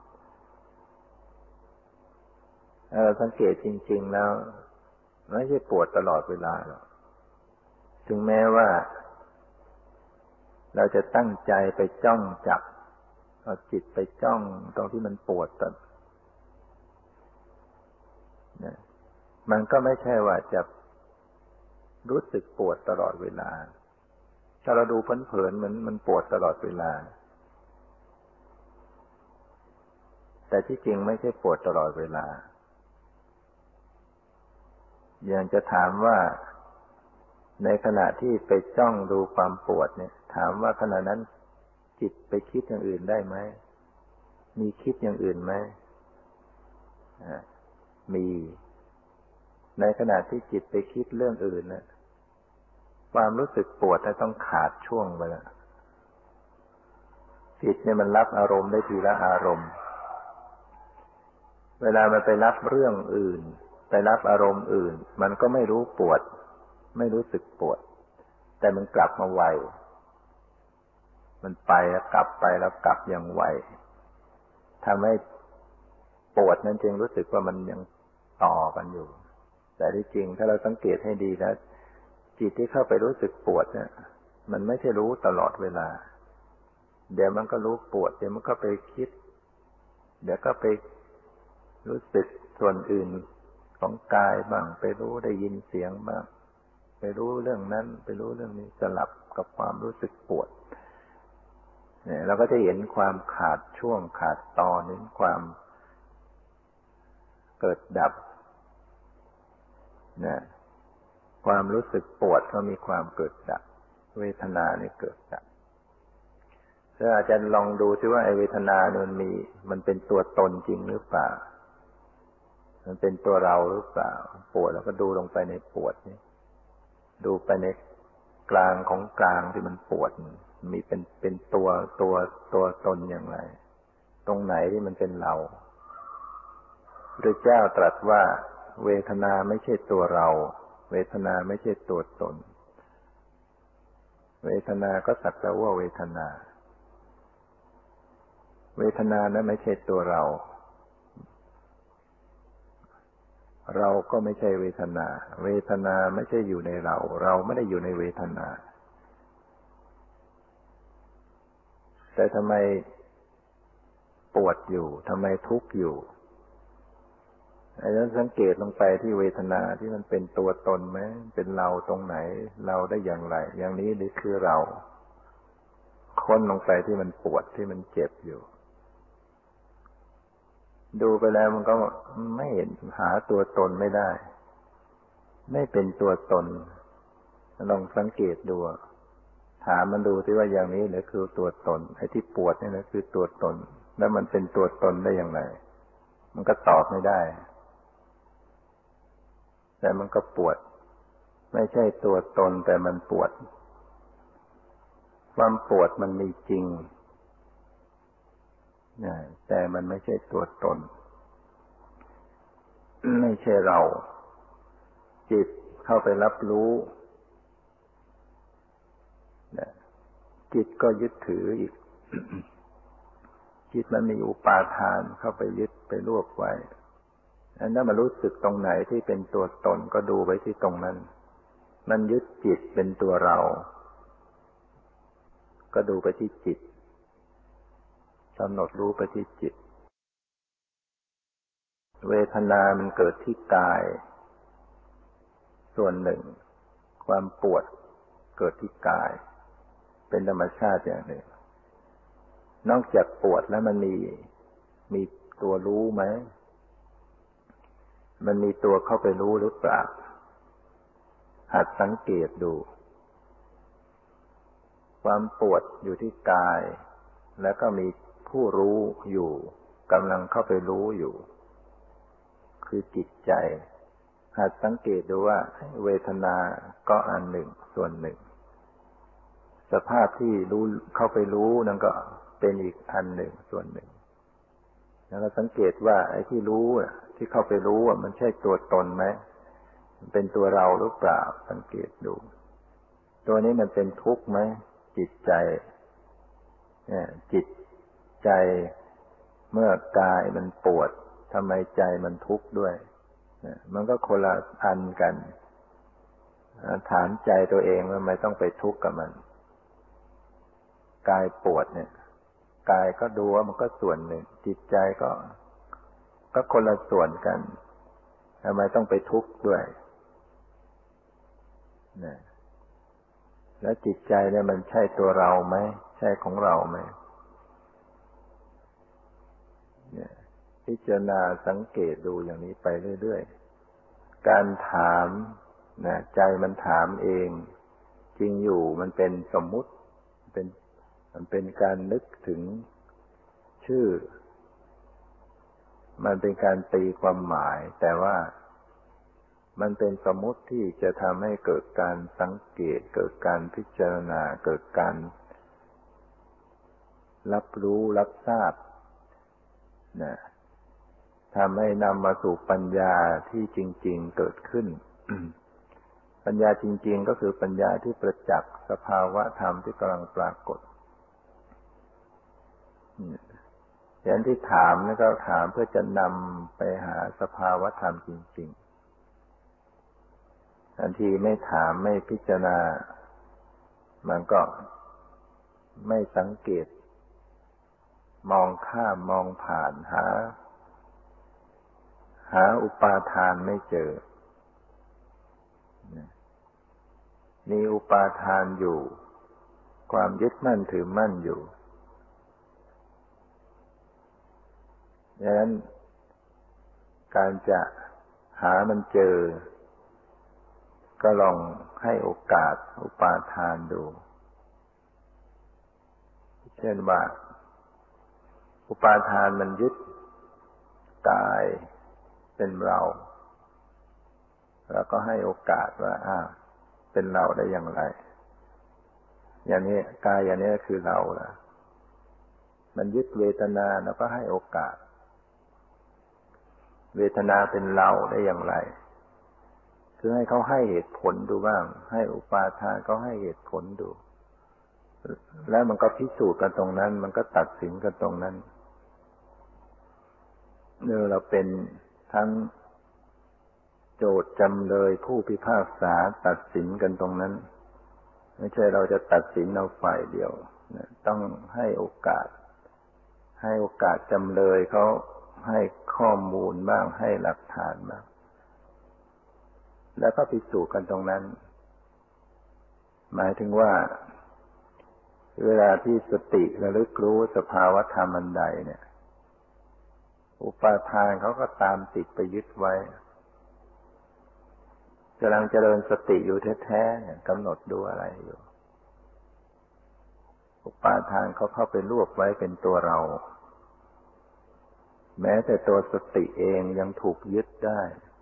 สังเกตจริงๆแล้วไม่ใช่ปวดตลอดเวลาหรอกถึงแม้ว่าเราจะตั้งใจไปจ้องจับเอาจิตไปจ้องตรงที่มันปวดตัดนะมันก็ไม่ใช่ว่าจะรู้สึกปวดตลอดเวลาถ้าเราดูเผินๆเหมือนมันปวดตลอดเวลาแต่ที่จริงไม่ใช่ปวดตลอดเวลาอย่างจะถามว่าในขณะที่ไปจ้องดูความปวดเนี่ยถามว่าขณะนั้นจิตไปคิดอย่างอื่นได้ไหมมีคิดอย่างอื่นไหมมีในขณะที่จิตไปคิดเรื่องอื่นนะความรู้สึกปวดต้องขาดช่วงไปแล้วจิตเนี่ยมันรับอารมณ์ได้ทีละอารมณ์เวลามันไปรับเรื่องอื่นไปรับอารมณ์อื่นมันก็ไม่รู้ปวดไม่รู้สึกปวดแต่มันกลับมาไวมันไปแล้วกลับไปแล้วกลับอย่างไวทำให้ปวดนั้นจึงรู้สึกว่ามันยังต่อกันอยู่แต่ที่จริงถ้าเราสังเกตให้ดีแล้วจิตที่เข้าไปรู้สึกปวดเนี่ยมันไม่ใช่รู้ตลอดเวลาเดี๋ยวมันก็รู้ปวดเดี๋ยวมันก็ไปคิดเดี๋ยวก็ไปรู้สึกส่วนอื่นของกายบ้างไปรู้ได้ยินเสียงบ้างไปรู้เรื่องนั้นไปรู้เรื่องนี้สลับกับความรู้สึกปวดเนี่ยเราก็จะเห็นความขาดช่วงขาดตอนเห็นความเกิดดับเนี่ยความรู้สึกปวดก็มีความเกิดดับเวทนานี่เกิดดับถ้าอาจารย์ลองดูซิว่าไอ้เวทนาเนี่ยมันเป็นตัวตนจริงหรือเปล่ามันเป็นตัวเราหรือเปล่าปวดแล้วก็ดูลงไปในปวดนี่ดูไปในกลางของกลางที่มันปวดมีเป็นตัวตนอย่างไรตรงไหนที่มันเป็นเราพระเจ้าตรัสว่าเวทนาไม่ใช่ตัวเราเวทนาไม่ใช่ตัวตนเวทนาก็สักแต่ว่าเวทนาเวทนานั้นไม่ใช่ตัวเราเราก็ไม่ใช่เวทนาเวทนาไม่ใช่อยู่ในเราเราไม่ได้อยู่ในเวทนาแต่ทำไมปวดอยู่ทำไมทุกข์อยู่ไอ้นั้นสังเกตลงไปที่เวทนาที่มันเป็นตัวตนไหมเป็นเราตรงไหนเราได้อย่างไรอย่างนี้หรือคือเราค้นลงไปที่มันปวดที่มันเจ็บอยู่ดูไปแล้วมันก็ไม่เห็นหาตัวตนไม่ได้ไม่เป็นตัวตนลองสังเกตดูถามมันดูที่ว่าอย่างนี้หรือคือตัวตนไอ้ที่ปวดนี่นะคือตัวตนแล้วมันเป็นตัวตนได้อย่างไรมันก็ตอบไม่ได้แต่มันก็ปวดไม่ใช่ตัวตนแต่มันปวดความปวดมันมีจริงแต่มันไม่ใช่ตัวตนไม่ใช่เราจิตเข้าไปรับรู้จิตก็ยึดถืออีก จิตมันมีอุปาทานเข้าไปยึดไปรวบไว้อันนั้นมันรู้สึกตรงไหนที่เป็นตัวตนก็ดูไว้ที่ตรงนั้นมันยึดจิตเป็นตัวเราก็ดูไปที่จิตกำหนดรู้ไปที่จิตเวทนามันเกิดที่กายส่วนหนึ่งความปวดเกิดที่กายเป็นธรรมชาติอย่างหนึ่งนอกจากปวดแล้วมันมีตัวรู้ไหมมันมีตัวเข้าไปรู้หรือเปล่าหัดสังเกตดูความปวดอยู่ที่กายแล้วก็มีผู้รู้อยู่กำลังเข้าไปรู้อยู่คือจิตใจหัดสังเกตดูว่าเวทนาก็อันหนึ่งส่วนหนึ่งสภาพที่รู้เข้าไปรู้นั่นก็เป็นอีกอันหนึ่งส่วนหนึ่งแล้วก็สังเกตว่าไอ้ที่รู้ที่เข้าไปรู้มันใช่ตัวตนไหมมันเป็นตัวเราหรือเปล่าสังเกตดูตัวนี้มันเป็นทุกข์ไหมจิตใจจิตใจเมื่อกายมันปวดทำไมใจมันทุกข์ด้วยมันก็คนละอันกันถามใจตัวเองว่าไม่ต้องไปทุกข์กับมันกายปวดเนี่ยกายก็ดูว่ามันก็ส่วนหนึ่งจิตใจก็คนละส่วนกันทำไมต้องไปทุกข์ด้วยนะแล้วจิตใจเนี่ยมันใช่ตัวเราไหมใช่ของเราไหมเนี่ยพิจารณาสังเกตดูอย่างนี้ไปเรื่อยๆการถามนะใจมันถามเองจริงอยู่มันเป็นสมมุติมันเป็นการนึกถึงชื่อมันเป็นการตีความหมายแต่ว่ามันเป็นสมมุติที่จะทำให้เกิดการสังเกตเกิดการพิจารณาเกิดการรับรู้รับทราบนะทำให้นำมาสู่ปัญญาที่จริงๆเกิดขึ้น ปัญญาจริงๆก็คือปัญญาที่ประจักษ์สภาวะธรรมที่กำลังปรากฏอย่างที่ถามนี่ก็ถามเพื่อจะนำไปหาสภาวะธรรมจริงๆทันทีไม่ถามไม่พิจารณามันก็ไม่สังเกตมองข้ามมองผ่านหาอุปาทานไม่เจอมีอุปาทานอยู่ความยึดมั่นถือมั่นอยู่ดังนั้นการจะหามันเจอก็ลองให้โอกาสอุปาทานดูเช่นว่าอุปาทานมันยึดกายเป็นเราแล้วก็ให้โอกาสว่าเป็นเราได้อย่างไรอย่างนี้กายอย่างนี้คือเราล่ะมันยึดเวทนาแล้วก็ให้โอกาสเวทนาเป็นเราได้อย่างไรคือให้เขาให้เหตุผลดูบ้างให้อุปาทานเขาให้เหตุผลดูแล้วมันก็พิสูจน์กันตรงนั้นมันก็ตัดสินกันตรงนั้นเราเป็นทั้งโจทย์จำเลยผู้พิพากษาตัดสินกันตรงนั้นไม่ใช่เราจะตัดสินเอาฝ่ายเดียวต้องให้โอกาสจำเลยเขาให้ข้อมูลบ้างให้หลักฐานบ้างแล้วก็พิสูจน์กันตรงนั้นหมายถึงว่าเวลาที่สติระลึกรู้สภาวะธรรมอันใดเนี่ยอุปาทานเขาก็ตามติดไปยึดไว้กำลังเจริญสติอยู่แท้ๆเนี่ยกำหนดดูอะไรอยู่อุปาทานเขาเข้าไปรวบไว้เป็นตัวเราแม้แต่ตัวสติเองยังถูกยึดได้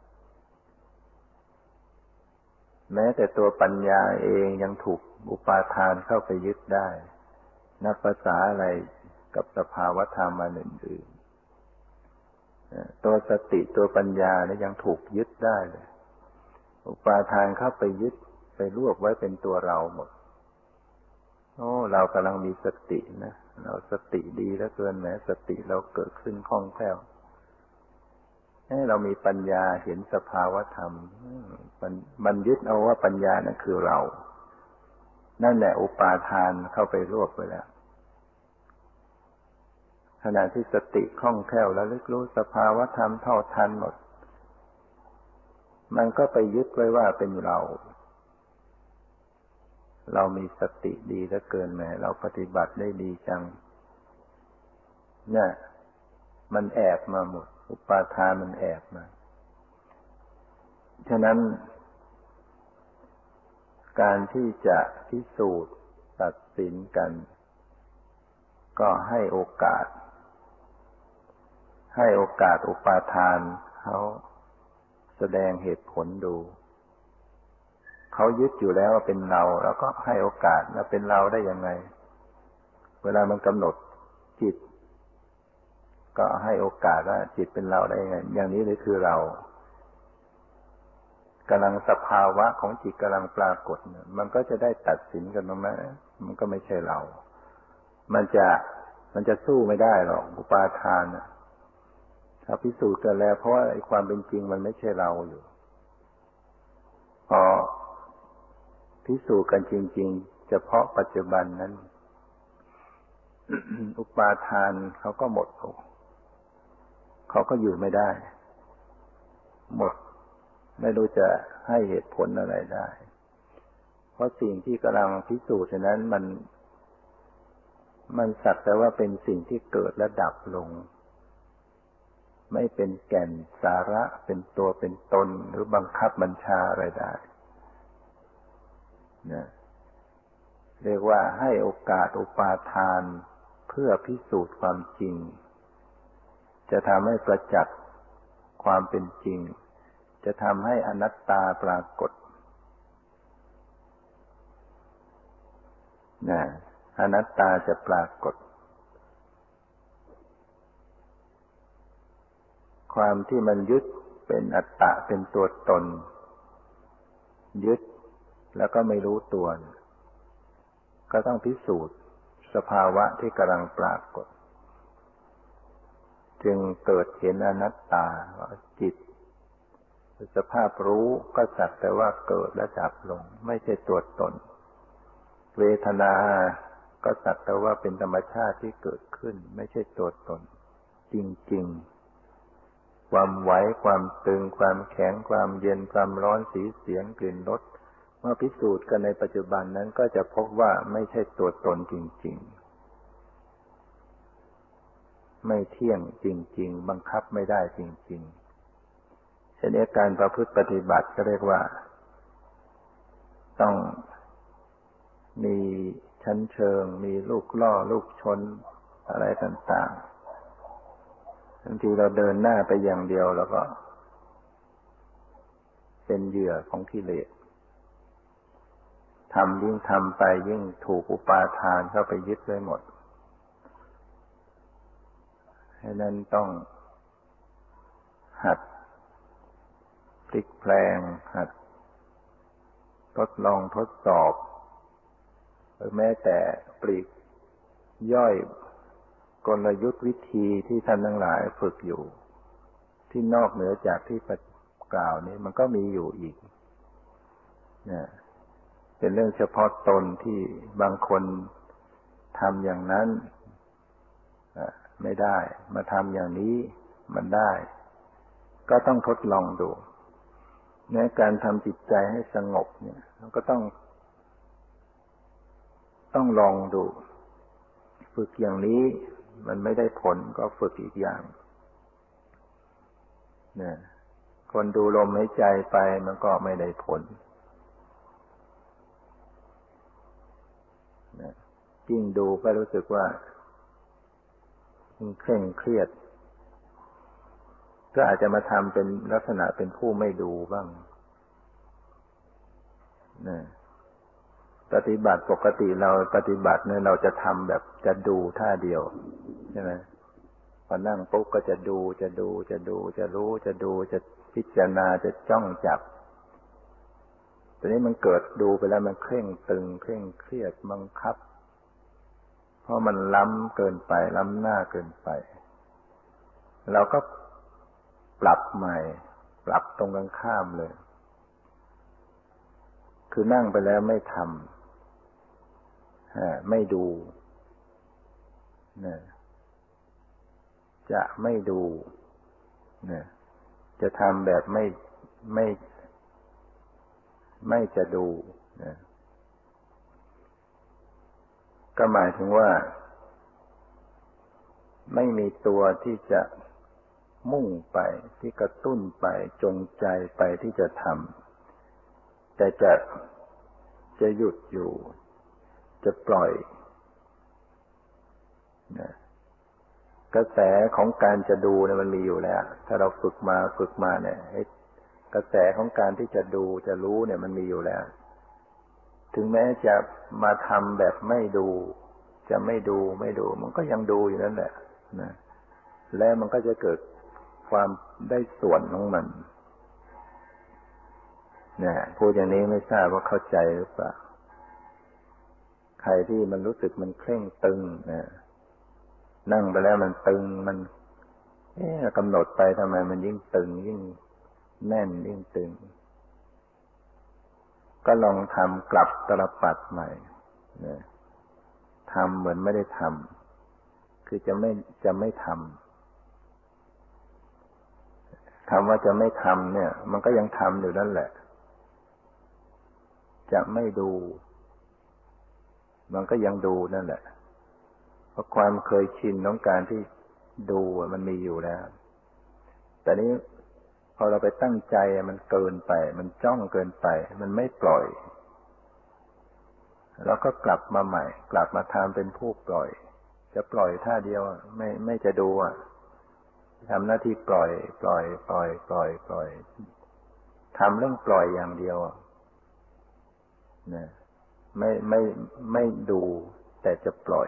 แม้แต่ตัวปัญญาเองยังถูกอุปาทานเข้าไปยึดได้นับภาษาอะไรกับสภาวธรรมอันอื่นๆตัวสติตัวปัญญาเนี่ยยังถูกยึดได้เลยอุปาทานเข้าไปยึดไปรวบไว้เป็นตัวเราหมดเรากำลังมีสตินะเราสติดีเหลือเกินแม้สติเราเกิดขึ้นคล่องแคล่วเรามีปัญญาเห็นสภาวธรรมมันยึดเอาว่าปัญญานั่นคือเรานั่นแหละอุปาทานเข้าไปรวบไว้แล้วขณะที่สติคล่องแคล่วแล้วลึกรู้สภาวธรรมเท่าทันหมดมันก็ไปยึดไว้ว่าเป็นเรามีสติดีเหลือเกินแหมเราปฏิบัติได้ดีจังเนี่ยมันแอบมาหมดอุปาทานมันแอบมาฉะนั้นการที่จะพิสูจน์ตัดสินกันก็ให้โอกาสอุปาทานเขาแสดงเหตุผลดูเขายึดอยู่แล้วว่าเป็นเราแล้วก็ให้โอกาสแล้วเป็นเราได้ยังไงเวลามันกำหนดจิตก็ให้โอกาสว่าจิตเป็นเราได้ยังไงอย่างนี้เลยคือเรากำลังสภาวะของจิตกำลังปรากฏมันก็จะได้ตัดสินกันตรงนั้นมันก็ไม่ใช่เรามันจะสู้ไม่ได้หรอกอุปาทานถ้าพิสูจน์กันแล้วเพราะว่าไอ้ความเป็นจริงมันไม่ใช่เราอยู่พอพิสูจน์กันจริงๆเฉพาะปัจจุบันนั้นอุปาทานเขาก็หมดเขาก็อยู่ไม่ได้หมดไม่รู้จะให้เหตุผลอะไรได้เพราะสิ่งที่กำลังพิสูจน์นั้นมันสักแต่ว่าเป็นสิ่งที่เกิดและดับลงไม่เป็นแก่นสาระเป็นตัวเป็นตนหรือบังคับบัญชาอะไรได้นะเรียกว่าให้โอกาสอุปาทานเพื่อพิสูจน์ความจริงจะทำให้ประจักษ์ความเป็นจริงจะทำให้อนัตตาปรากฏนะอนัตตาจะปรากฏความที่มันยึดเป็นอัตตะเป็นตัวตนยึดแล้วก็ไม่รู้ตัวก็ต้องพิสูจน์สภาวะที่กำลังปรากฏจึงเกิดเห็นอนัตตาจิตสภาพรู้ก็สักแต่ว่าเกิดและดับลงไม่ใช่ตัวตนเวทนาก็สักแต่ว่าเป็นธรรมชาติที่เกิดขึ้นไม่ใช่ตัวตนจริงๆความไหวความตึงความแข็งความเย็นความร้อนสีเสียงกลิ่นรสเมื่อพิสูจน์กันในปัจจุบันนั้นก็จะพบว่าไม่ใช่ตัวตนจริงๆไม่เที่ยงจริงๆบังคับไม่ได้จริงๆเช่นการประพฤติปฏิบัติก็เรียกว่าต้องมีชั้นเชิงมีลูกล่อลูกชนอะไรต่างๆบางทีเราเดินหน้าไปอย่างเดียวแล้วก็เป็นเหยื่อของกิเลสยิ่งทำไปยิ่งถูกอุปาทานเข้าไปยึดไว้หมดฉะนั้นต้องหัดพลิกแปลงหัดทดลองทดสอบหรือแม้แต่ปลีกย่อยกลยุทธ์วิธีที่ท่านทั้งหลายฝึกอยู่ที่นอกเหนือจากที่กล่าวนี้มันก็มีอยู่อีกเนี่ยเป็นเรื่องเฉพาะตนที่บางคนทำอย่างนั้นไม่ได้มาทำอย่างนี้มันได้ก็ต้องทดลองดูในการทำจิตใจให้สงบเนี่ยมันก็ต้องลองดูฝึกอย่างนี้มันไม่ได้ผลก็ฝึกอีกอย่างเนี่ยคนดูลมหายใจไปมันก็ไม่ได้ผลยิ่งดูก็รู้สึกว่ายิ่งเคร่งเครียดก็อาจจะมาทำเป็นลักษณะเป็นผู้ไม่ดูบ้างปฏิบัติปกติเราปฏิบัติเนี่ยเราจะทำแบบจะดูท่าเดียวใช่ไหมพอนั่งปุ๊บก็จะดูจะรู้จะดูจะพิจารณาจะจ้องจับตอนนี้มันเกิดดูไปแล้วมันเคร่งตึงเคร่งเครียดบังคับเพราะมันล้ำเกินไปล้ำหน้าเกินไปเราก็ปรับใหม่ปรับตรงกันข้ามเลยคือนั่งไปแล้วไม่ทำไม่ดูจะไม่ดูจะทำแบบไม่จะดูก็หมายถึงว่าไม่มีตัวที่จะมุ่งไปที่กระตุ้นไปจงใจไปที่จะทำแต่จะหยุดอยู่จะปล่อยกระแสของการจะดูเนี่ยมันมีอยู่แล้วถ้าเราฝึกมาเนี่ยกระแสของการที่จะดูจะรู้เนี่ยมันมีอยู่แล้วถึงแม้จะมาทำแบบไม่ดูจะไม่ดูมันก็ยังดูอยู่นั่นแหละนะแล้วมันก็จะเกิดความได้ส่วนของมันเนี่ยพูดอย่างนี้ไม่ทราบว่าเข้าใจหรือเปล่าใครที่มันรู้สึกมันเคร่งตึงนั่งไปแล้วมันตึงมันกำหนดไปทำไมมันยิ่งตึงยิ่งแน่นยิ่งตึงก็ลองทำกลับตลปัดใหม่ทำเหมือนไม่ได้ทคือจะไม่ทำคำว่าจะไม่ทำเนี่ยมันก็ยังทำอยู่นั่นแหละจะไม่ดูมันก็ยังดูนั่นแหละเพราะความเคยชินของการที่ดูมันมีอยู่แล้วแต่นี้พอเราไปตั้งใจมันเกินไปมันจ้องเกินไปมันไม่ปล่อยเราก็กลับมาใหม่กลับมาทำเป็นผู้ปล่อยจะปล่อยท่าเดียวไม่จะดูทำหน้าที่ปล่อยทำเรื่องปล่อยอย่างเดียวนะไม่ดูแต่จะปล่อย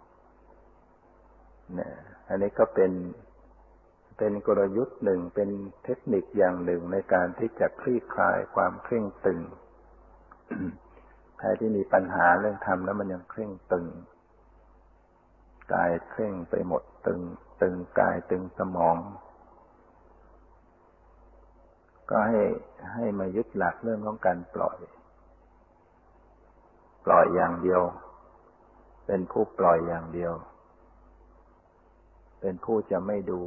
นะอันนี้ก็เป็นกลยุทธ์หนึ่งเป็นเทคนิคอย่างหนึ่งในการที่จะคลี่คลายความเคร่งตึง ใครที่มีปัญหาเรื่องธรรมแล้วมันยังเคร่งตึงกายเคร่งไปหมดตึงกายตึงสมองก็ให้มายึดหลักเรื่องของการปล่อยอย่างเดียวเป็นผู้ปล่อยอย่างเดียวเป็นผู้จะไม่ดู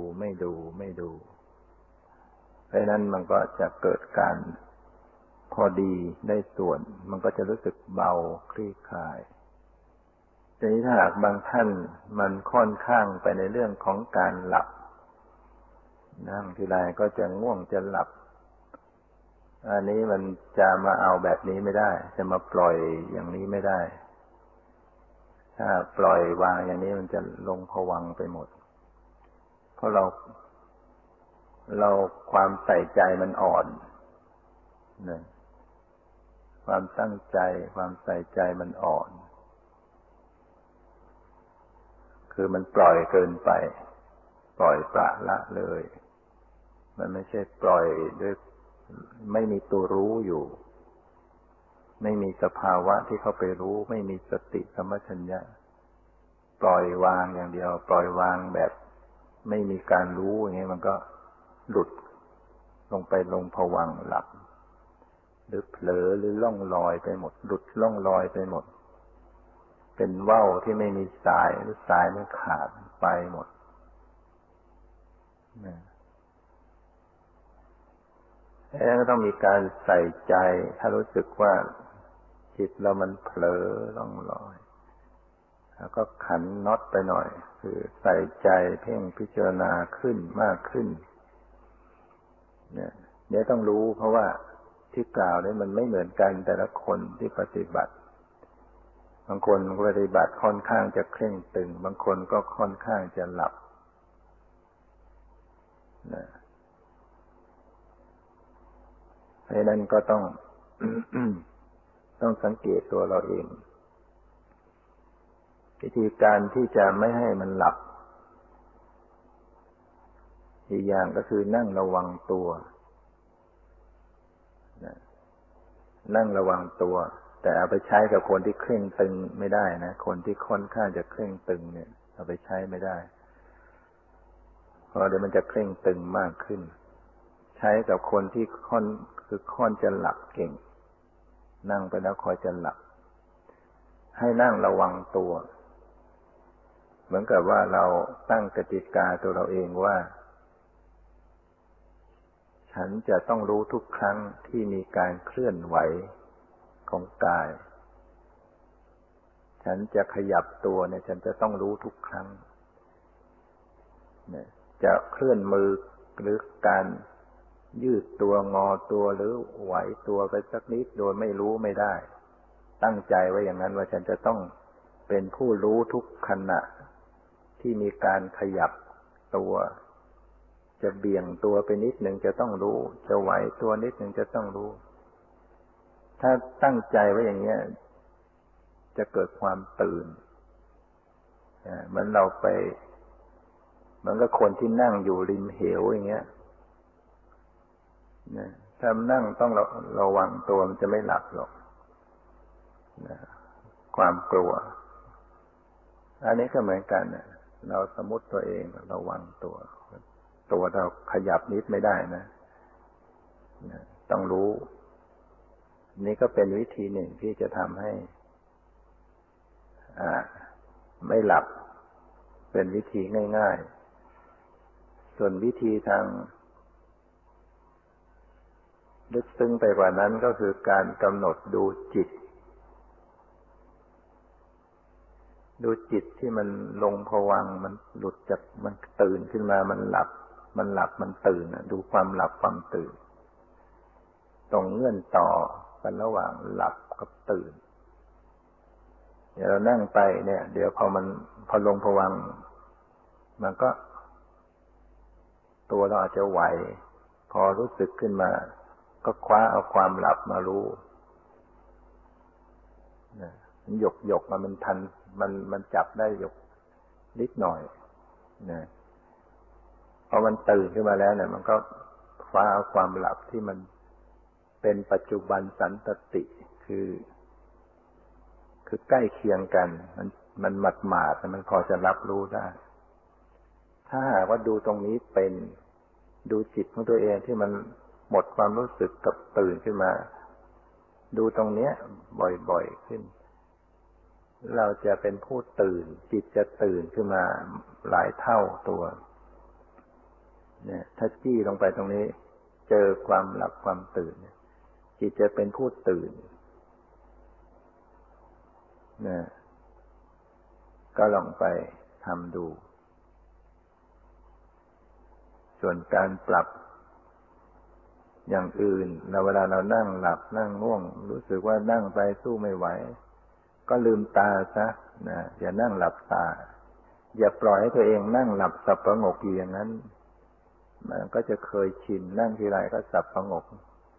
เพราะนั้นมันก็จะเกิดการพอดีได้ส่วนมันก็จะรู้สึกเบาคลี่คลายทีนี้ถ้าหากบางท่านมันค่อนข้างไปในเรื่องของการหลับนั่งทีไรก็จะง่วงจะหลับอันนี้มันจะมาเอาแบบนี้ไม่ได้จะมาปล่อยอย่างนี้ไม่ได้ถ้าปล่อยวางอย่างนี้มันจะลงภวังค์ไปหมดเพราะเราความใส่ใจมันอ่อนนะความตั้งใจความใส่ใจมันอ่อนคือมันปล่อยเกินไปปล่อยปละละเลยมันไม่ใช่ปล่อยด้วยไม่มีตัวรู้อยู่ไม่มีสภาวะที่เข้าไปรู้ไม่มีสติสัมปชัญญะปล่อยวางอย่างเดียวปล่อยวางแบบไม่มีการรู้อย่างนี้มันก็หลุดลงไปลงภวังค์หลับหรือเผลอหรือล่องลอยไปหมดหลุดล่องลอยไปหมดเป็นว่าวที่ไม่มีสายหรือสายมันขาดไปหมดแล้วก็ต้องมีการใส่ใจถ้ารู้สึกว่าจิตเรามันเผลอล่องลอยแล้วก็ขันน็อตไปหน่อยคือใส่ใจเพ่งพิจารณาขึ้นมากขึ้นเนี่ยต้องรู้เพราะว่าที่กล่าวเนี่ยมันไม่เหมือนกันแต่ละคนที่ปฏิบัติบางคนปฏิบัติค่อนข้างจะเคร่งตึงบางคนก็ค่อนข้างจะหลับนะเพราะนั้นก็ต้อง ต้องสังเกตตัวเราเองวิธีการที่จะไม่ให้มันหลับอีกอย่างก็คือนั่งระวังตัวนั่งระวังตัวแต่เอาไปใช้กับคนที่เคร่งตึงไม่ได้นะคนที่ค่อนข้างจะเคร่งตึงเนี่ยเอาไปใช้ไม่ได้เพราะเดี๋ยวมันจะเคร่งตึงมากขึ้นใช้กับคนที่ค่อนจะหลับเก่งนั่งไปแล้วคอยจะหลับให้นั่งระวังตัวเหมือนกับว่าเราตั้งกติกาตัวเราเองว่าฉันจะต้องรู้ทุกครั้งที่มีการเคลื่อนไหวของกายฉันจะขยับตัวเนี่ยฉันจะต้องรู้ทุกครั้งเนี่ยจะเคลื่อนมือหรือการยืดตัวงอตัวหรือไหวตัวไปสักนิดโดยไม่รู้ไม่ได้ตั้งใจไว้อย่างนั้นว่าฉันจะต้องเป็นผู้รู้ทุกขณะที่มีการขยับตัวจะเบี่ยงตัวไปนิดหนึ่งจะต้องรู้จะไหวตัวนิดหนึ่งจะต้องรู้ถ้าตั้งใจไว้อย่างนี้จะเกิดความตื่นเหมือนเราไปเหมือนกับคนที่นั่งอยู่ริมเหวอย่างเงี้ยถ้านั่งต้องระวังตัวมันจะไม่หลับหรอกความกลัวอันนี้ก็เหมือนกันเราสมมุติตัวเองระวังตัวเราขยับนิดไม่ได้นะต้องรู้นี่ก็เป็นวิธีหนึ่งที่จะทำให้ไม่หลับเป็นวิธีง่ายๆส่วนวิธีทางลึกซึ้งไปกว่านั้นก็คือการกำหนดดูจิตที่มันลงภวังค์มันหลุดจากมันตื่นขึ้นมามันหลับมันตื่นดูความหลับความตื่นตรงเงื่อนต่อกันระหว่างหลับกับตื่นเดี๋ยวเรานั่งไปเนี่ยเดี๋ยวพอลงภวังค์มันก็ตัวเราอาจจะไหวพอรู้สึกขึ้นมาก็คว้าเอาความหลับมารู้นะมันหยกมันทันมันจับได้หยกนิดหน่อยนะพอมันตื่นขึ้นมาแล้วเนี่ยมันก็คว้าเอาความหลับที่มันเป็นปัจจุบันสันตติคือใกล้เคียงกันมันหมาดๆมันพอจะรับรู้ได้ถ้าหากว่าดูตรงนี้เป็นดูจิตของตัวเองที่มันหมดความรู้สึกกับตื่นขึ้นมาดูตรงเนี้ยบ่อยๆขึ้นเราจะเป็นผู้ตื่นจิตจะตื่นขึ้นมาหลายเท่าตัวเนี่ยถ้าจี้ลงไปตรงนี้เจอความหลับความตื่นจิตจะเป็นผู้ตื่นเนี่ยก็ลองไปทำดูส่วนการปรับอย่างอื่นเวลาเรานั่งหลับนั่งง่วงรู้สึกว่านั่งไปสู้ไม่ไหวก็ลืมตาซะนะอย่านั่งหลับตาอย่าปล่อยให้ตัวเองนั่งหลับสับประงกอยู่อย่างนั้นมันก็จะเคยชินนั่งทีไรก็สับประงก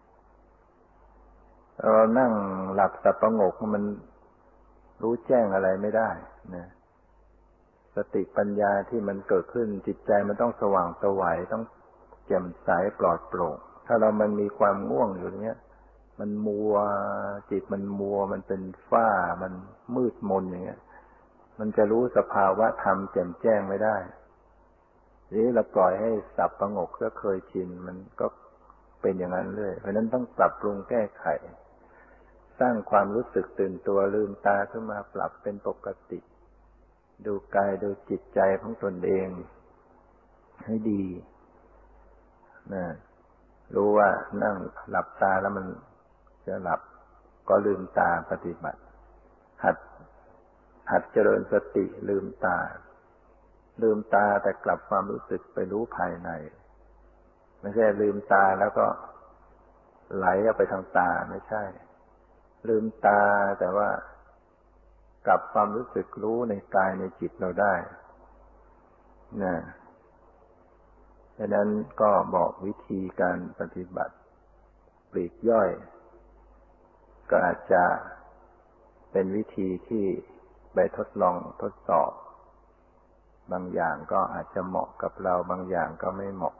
เรานั่งหลับสับประงกมันรู้แจ้งอะไรไม่ได้นะสติปัญญาที่มันเกิดขึ้นจิตใจมันต้องสว่างไสวต้องแจ่มใสปลอดโปร่งถ้ามันมีความง่วงอยู่อย่างเงี้ยมันมัวจิตมันมัวมันเป็นฝ้ามันมืดมนอย่างเงี้ยมันจะรู้สภาวะธรรมแจ่มแจ้งไม่ได้ทีนี้เราปล่อยให้สับประงกก็เคยชินมันก็เป็นอย่างนั้นเรื่อยเพราะนั้นต้องปรับปรุงแก้ไขสร้างความรู้สึกตื่นตัวลืมตาขึ้นมาปรับเป็นปกติดูกายดูจิตใจของตนเองให้ดีนะรู้ว่านั่งหลับตาแล้วมันจะหลับก็ลืมตาปฏิบัติหัดเจริญสติลืมตาแต่กลับความรู้สึกไปรู้ภายในไม่ใช่ลืมตาแล้วก็ไหลออกไปทางตาไม่ใช่ลืมตาแต่ว่ากลับความรู้สึกรู้ในกายในจิตเราได้นะดังนั้นก็บอกวิธีการปฏิบัติปลีกย่อยก็อาจจะเป็นวิธีที่ไปทดลองทดสอบบางอย่างก็อาจจะเหมาะกับเราบางอย่างก็ไม่เหมาะ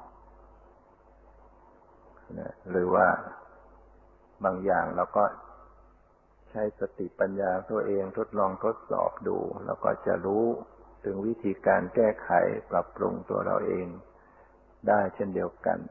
นะหรือว่าบางอย่างเราก็ใช้สติปัญญาตัวเองทดลองทดสอบดูแล้วก็จะรู้ถึงวิธีการแก้ไขปรับปรุงตัวเราเองได้เช่นเดียวกัน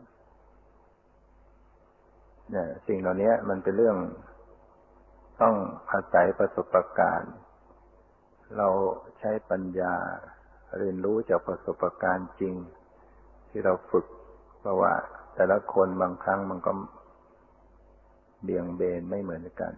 เนี่ยสิ่งเหล่านี้มันเป็นเรื่องต้องอาศัยประสบการณ์เราใช้ปัญญาเรียนรู้จากประสบการณ์จริงที่เราฝึกเพราะว่าแต่ละคนบางครั้งมันก็เบี่ยงเบนไม่เหมือนกัน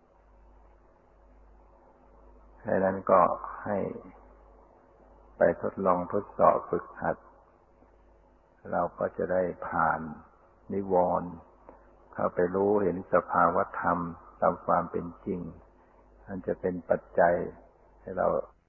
ดังนั้นก็ให้ไปทดลองทดสอบฝึกหัดเราก็จะได้ผ่านนิวรณ์เข้าไปรู้เห็นสภาวธรรมตามความเป็นจริงมันจะเป็นปัจจัยให้เรา